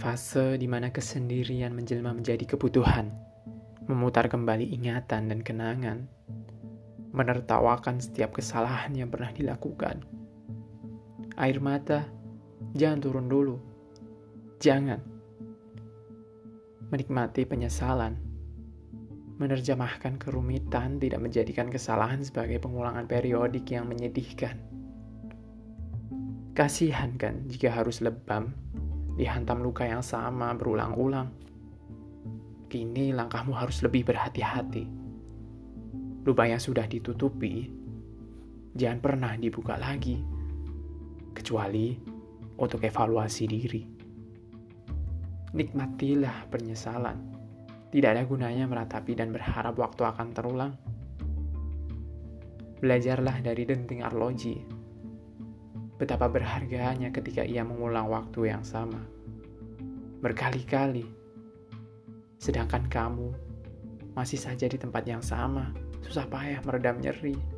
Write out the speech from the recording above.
fase di mana kesendirian menjelma menjadi kebutuhan, memutar kembali ingatan dan kenangan, menertawakan setiap kesalahan yang pernah dilakukan. Air mata, jangan turun dulu. Jangan. Menikmati penyesalan, menerjemahkan kerumitan tidak menjadikan kesalahan sebagai pengulangan periodik yang menyedihkan. Kasihan kan jika harus lebam, dihantam luka yang sama berulang-ulang. Kini langkahmu harus lebih berhati-hati. Lubang yang sudah ditutupi, jangan pernah dibuka lagi, kecuali untuk evaluasi diri. Nikmatilah penyesalan. Tidak ada gunanya meratapi dan berharap waktu akan terulang. Belajarlah dari Denting Arloji. Betapa berharganya ketika ia mengulang waktu yang sama. Berkali-kali. Sedangkan kamu masih saja di tempat yang sama, susah payah meredam nyeri.